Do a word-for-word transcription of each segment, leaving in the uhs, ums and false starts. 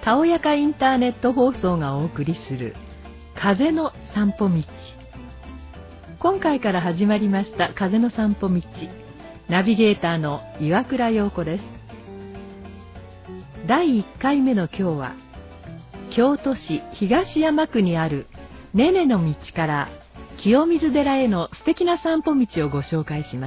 たおやかインターネット放送がお送りする風の散歩道。今回から始まりました風の散歩道、ナビゲーターの岩倉陽子です。だいいっかいめの今日は、京都市東山区にあるねねの道から清水寺への素敵な散歩道をご紹介します。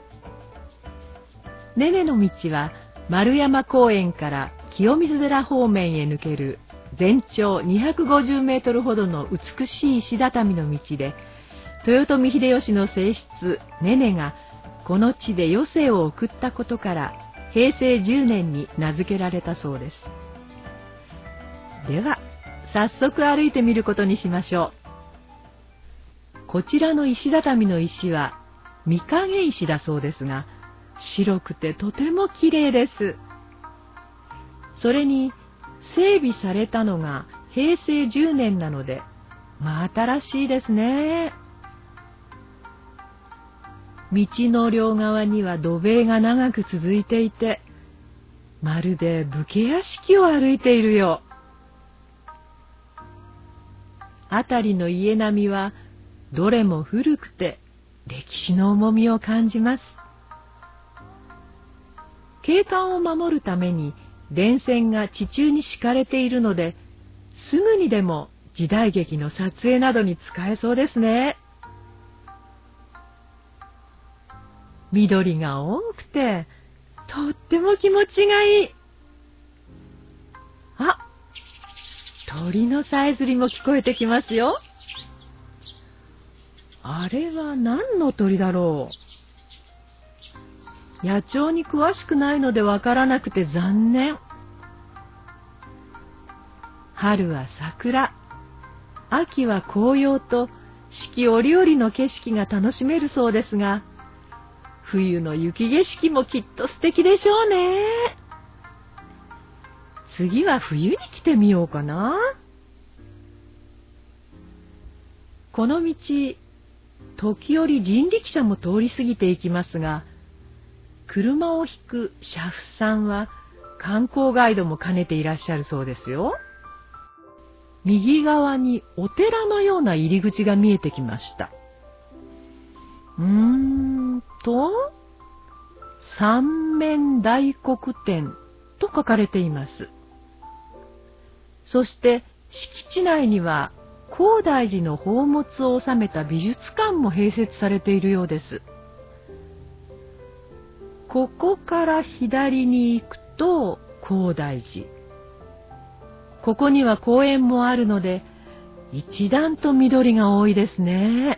ねねの道は丸山公園から清水寺方面へ抜ける全長にひゃくごじゅうメートルほどの美しい石畳の道で、豊臣秀吉の正室ねねがこの地で余生を送ったことからへいせいじゅうねんに名付けられたそうです。では早速歩いてみることにしましょう。こちらの石畳の石は御影石だそうですが、白くてとてもきれいです。それに整備されたのがへいせいじゅうねんなので、真新しいですね。道の両側には土塀が長く続いていて、まるで武家屋敷を歩いているよう。辺りの家並みはどれも古くて歴史の重みを感じます。景観を守るために電線が地中に敷かれているので、すぐにでも時代劇の撮影などに使えそうですね。緑が多くてとっても気持ちがいい。あ、鳥のさえずりも聞こえてきますよ。あれは何の鳥だろう。野鳥に詳しくないのでわからなくて残念。春は桜、秋は紅葉と四季折々の景色が楽しめるそうですが、冬の雪景色もきっと素敵でしょうね。次は冬に来てみようかな。この道、時折人力車も通り過ぎていきますが、車を引く車夫さんは観光ガイドも兼ねていらっしゃるそうですよ。右側にお寺のような入り口が見えてきました。うーんと、三面大黒天と書かれています。そして敷地内には高大寺の宝物を収めた美術館も併設されているようです。ここから左に行くと高大寺。ここには公園もあるので、一段と緑が多いですね。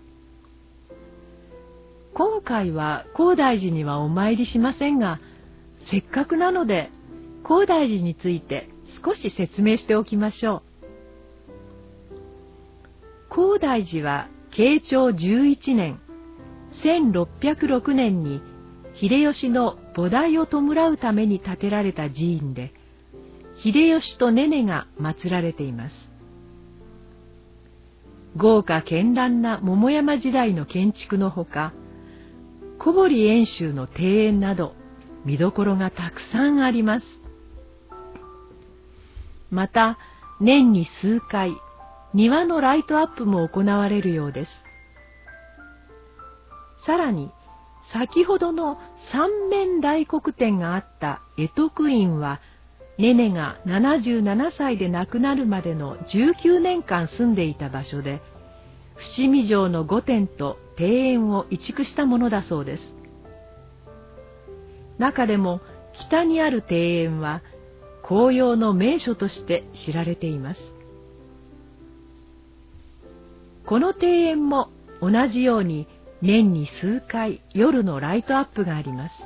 今回は高大寺にはお参りしませんが、せっかくなので高大寺について少し説明しておきましょう。高大寺は慶長じゅういちねん、せんろっぴゃくろくねんに秀吉の菩提を弔うために建てられた寺院で、秀吉とねねが祀られています。豪華絢爛な桃山時代の建築のほか、小堀遠州の庭園など見どころがたくさんあります。また年に数回庭のライトアップも行われるようです。さらに先ほどの三面大黒天があった会徳院は、ねねがななじゅうななさいで亡くなるまでのじゅうきゅうねんかん住んでいた場所で、伏見城の御殿と庭園を移築したものだそうです。中でも北にある庭園は紅葉の名所として知られています。この庭園も同じように年に数回夜のライトアップがあります。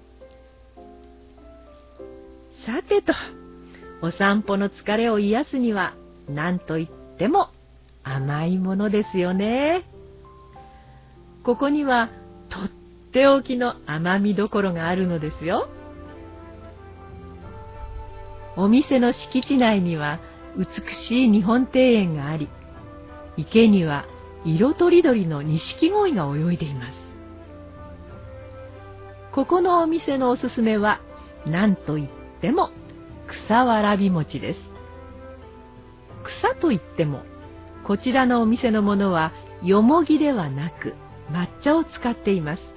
さてと、お散歩の疲れを癒すには何といっても甘いものですよね。ここにはとっておきの甘みどころがあるのですよ。お店の敷地内には美しい日本庭園があり、池には色とりどりの錦鯉が泳いでいます。ここのお店のおすすめは何といっても草わらび餅です。草といっても、こちらのお店のものはよもぎではなく抹茶を使っています。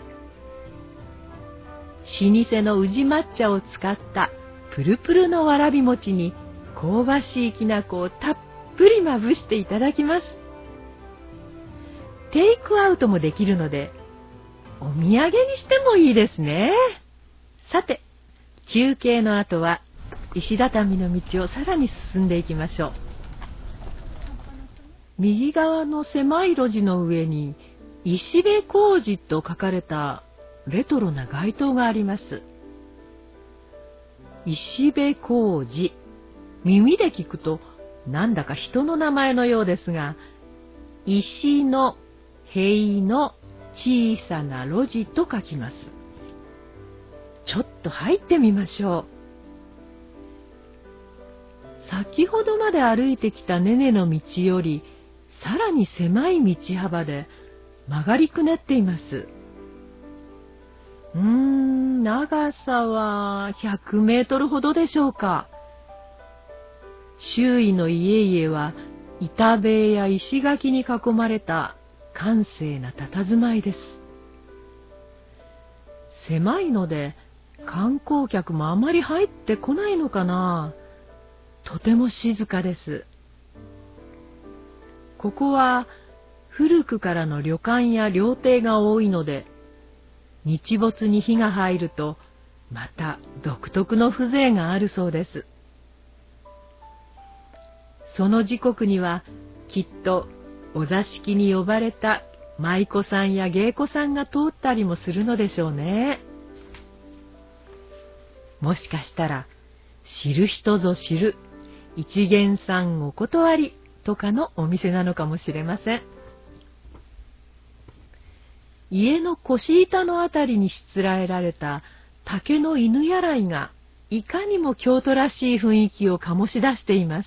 老舗の宇治抹茶を使ったプルプルのわらび餅に香ばしいきな粉をたっぷりまぶしていただきます。テイクアウトもできるので、お土産にしてもいいですね。さて、休憩の後は石畳の道をさらに進んでいきましょう。右側の狭い路地の上に石部小路と書かれたレトロな街灯があります。石部小路、耳で聞くとなんだか人の名前のようですが、石の塀の小さな路地と書きます。ちょっと入ってみましょう。先ほどまで歩いてきたねねの道よりさらに狭い道幅で曲がりくねっています。うーん、長さはひゃくメートルほどでしょうか。周囲の家々は板塀や石垣に囲まれた閑静な佇まいです。狭いので観光客もあまり入ってこないのかな。とても静かです。ここは古くからの旅館や料亭が多いので、日没に火が入るとまた独特の風情があるそうです。その時刻にはきっとお座敷に呼ばれた舞妓さんや芸妓さんが通ったりもするのでしょうね。もしかしたら知る人ぞ知る一元さんお断りとかのお店なのかもしれません。家の腰板のあたりにしつらえられた竹の犬やらいがいかにも京都らしい雰囲気を醸し出しています。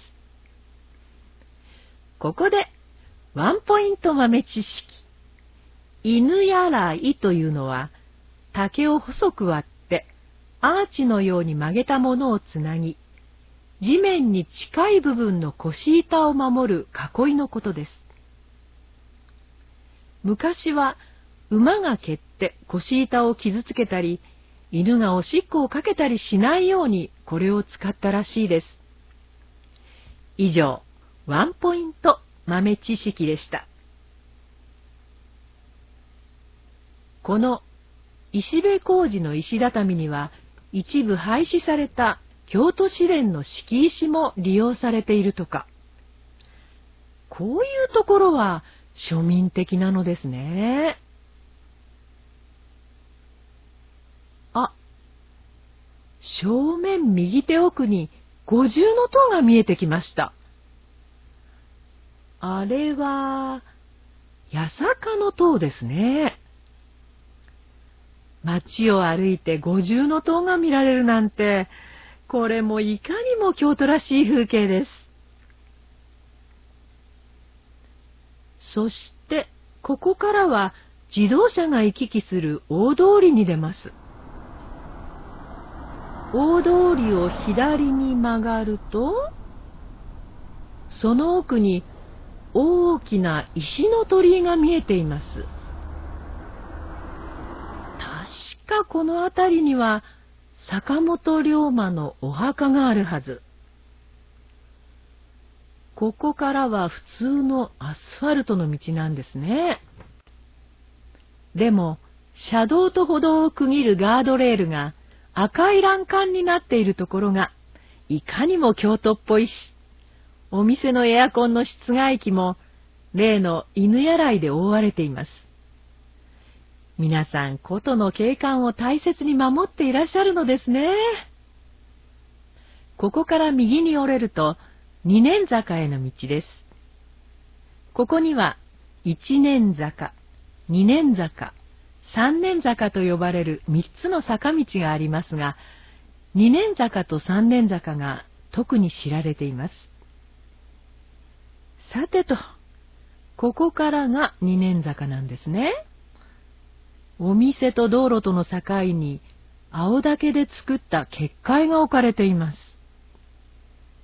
ここでワンポイント豆知識。犬やらいというのは竹を細く割ってアーチのように曲げたものをつなぎ、地面に近い部分の腰板を守る囲いのことです。昔は馬が蹴って腰板を傷つけたり、犬がおしっこをかけたりしないようにこれを使ったらしいです。以上、ワンポイント豆知識でした。この石部小路の石畳には一部廃止された京都市電の敷石も利用されているとか。こういうところは庶民的なのですね。あ、正面右手奥に五重塔が見えてきました。あれは八坂の塔ですね。街を歩いて五重塔が見られるなんて、これもいかにも京都らしい風景です。そしてここからは自動車が行き来する大通りに出ます。大通りを左に曲がると、その奥に大きな石の鳥居が見えています。確かこの辺りには坂本龍馬のお墓があるはず。ここからは普通のアスファルトの道なんですね。でも車道と歩道を区切るガードレールが赤い欄干になっているところがいかにも京都っぽいし、お店のエアコンの室外機も例の犬やらいで覆われています。皆さん古都の景観を大切に守っていらっしゃるのですね。ここから右に折れると二年坂への道です。ここには一年坂、二年坂、三年坂と呼ばれる三つの坂道がありますが、二年坂と三年坂が特に知られています。さてと、ここからが二年坂なんですね。お店と道路との境に青竹で作った結界が置かれています。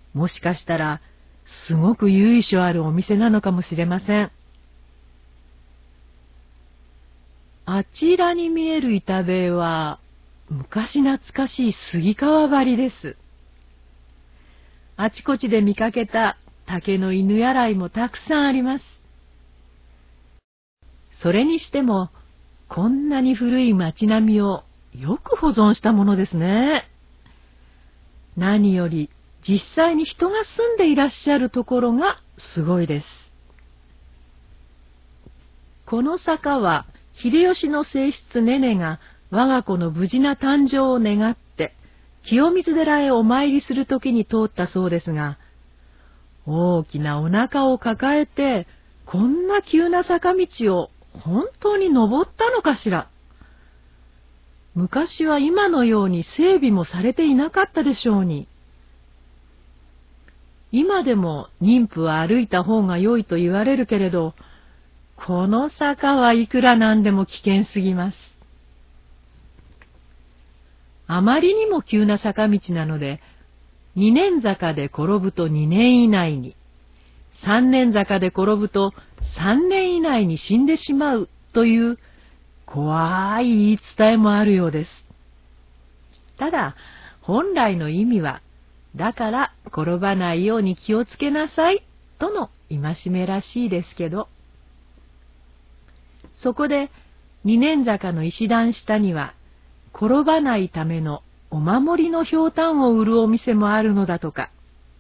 もしかしたらすごく由緒あるお店なのかもしれません。あちらに見える板塀は昔懐かしい杉川張りです。あちこちで見かけた竹の犬やらいもたくさんあります。それにしてもこんなに古い町並みをよく保存したものですね。何より実際に人が住んでいらっしゃるところがすごいです。この坂は秀吉の正室ねねが我が子の無事な誕生を願って清水寺へお参りするときに通ったそうですが、大きなお腹を抱えてこんな急な坂道を本当に登ったのかしら。昔は今のように整備もされていなかったでしょうに。今でも妊婦は歩いた方が良いと言われるけれど、この坂はいくらなんでも危険すぎます。あまりにも急な坂道なので、二年坂で転ぶと二年以内に、三年坂で転ぶと三年以内に死んでしまうという怖い言い伝えもあるようです。ただ、本来の意味は、だから転ばないように気をつけなさいとの戒めらしいですけど、そこで二年坂の石段下には転ばないためのお守りのひょうたんを売るお店もあるのだとか。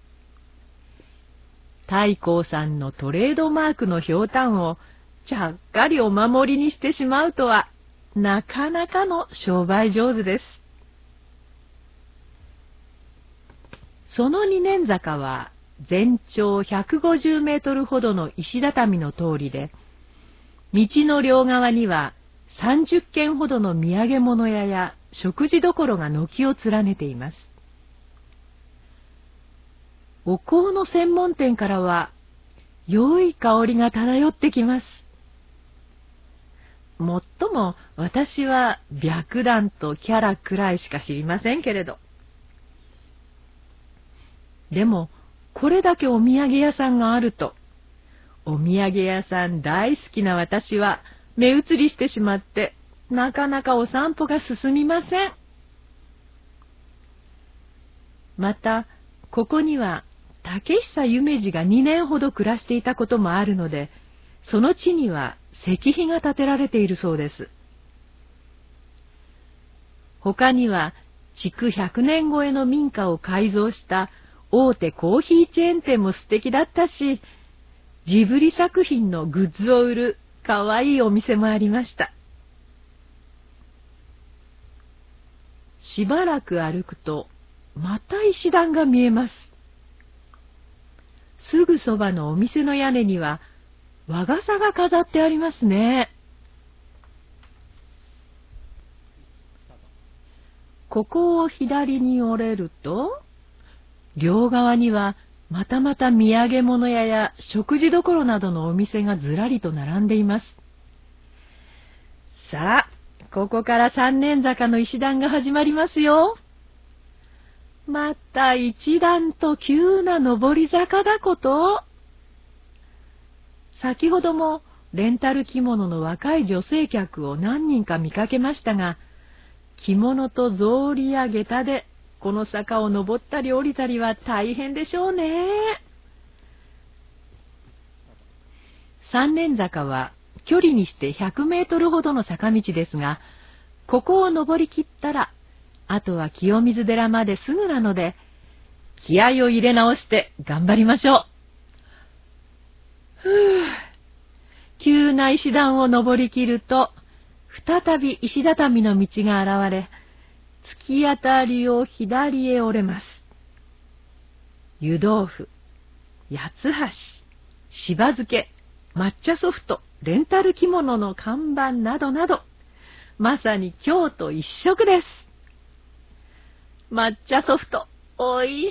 太閤さんのトレードマークのひょうたんをちゃっかりお守りにしてしまうとはなかなかの商売上手です。その二年坂は全長ひゃくごじゅうメートルほどの石畳の通りで、道の両側にはさんじゅっけんほどの土産物屋や食事処が軒を連ねています。お香の専門店からは良い香りが漂ってきます。もっとも私は白檀とキャラくらいしか知りませんけれど。でもこれだけお土産屋さんがあると、お土産屋さん大好きな私は目移りしてしまって、なかなかお散歩が進みません。また、ここには竹久夢二がにねんほど暮らしていたこともあるので、その地には石碑が建てられているそうです。他には、築ひゃくねん超えの民家を改造した大手コーヒーチェーン店も素敵だったし、ジブリ作品のグッズを売るかわいいお店もありました。しばらく歩くと、また石段が見えます。すぐそばのお店の屋根には和傘が飾ってありますね。ここを左に折れると、両側にはまたまた土産物屋や食事処などのお店がずらりと並んでいます。さあ、ここから三年坂の石段が始まりますよ。また一段と急な上り坂だこと。先ほどもレンタル着物の若い女性客を何人か見かけましたが、着物と草履や下駄でこの坂を登ったり降りたりは大変でしょうね。三年坂は距離にしてひゃくメートルほどの坂道ですが、ここを登りきったら、あとは清水寺まですぐなので、気合を入れ直して頑張りましょう。ふぅ、急な石段を登りきると、再び石畳の道が現れ、突き当たりを左へ折れます。湯豆腐、八つ橋、しば漬け、抹茶ソフト、レンタル着物の看板などなど、まさに京都一色です。抹茶ソフト、おいし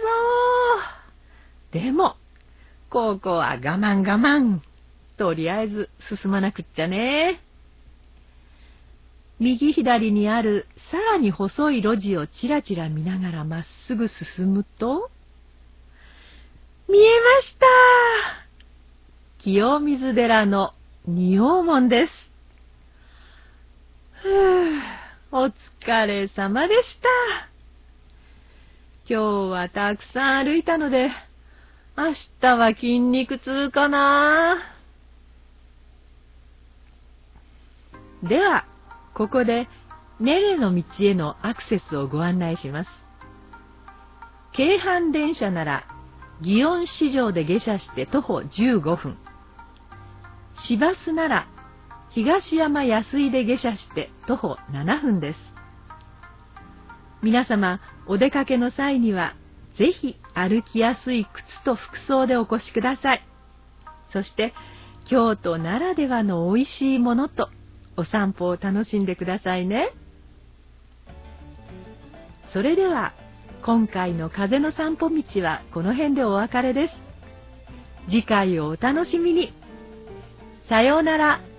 そう。でも、ここは我慢我慢。とりあえず進まなくっちゃね。右左にあるさらに細い路地をちらちら見ながらまっすぐ進むと、 見えました。清水寺の仁王門です。ふぅ、お疲れ様でした。今日はたくさん歩いたので、明日は筋肉痛かな。では、ここでネレの道へのアクセスをご案内します。京阪電車なら、祇園市場で下車して徒歩じゅうごふん。市バスなら、東山安井で下車して徒歩ななふんです。皆様、お出かけの際には、ぜひ歩きやすい靴と服装でお越しください。そして、京都ならではのおいしいものとお散歩を楽しんでくださいね。それでは、今回の風の散歩道はこの辺でお別れです。次回をお楽しみに。さようなら。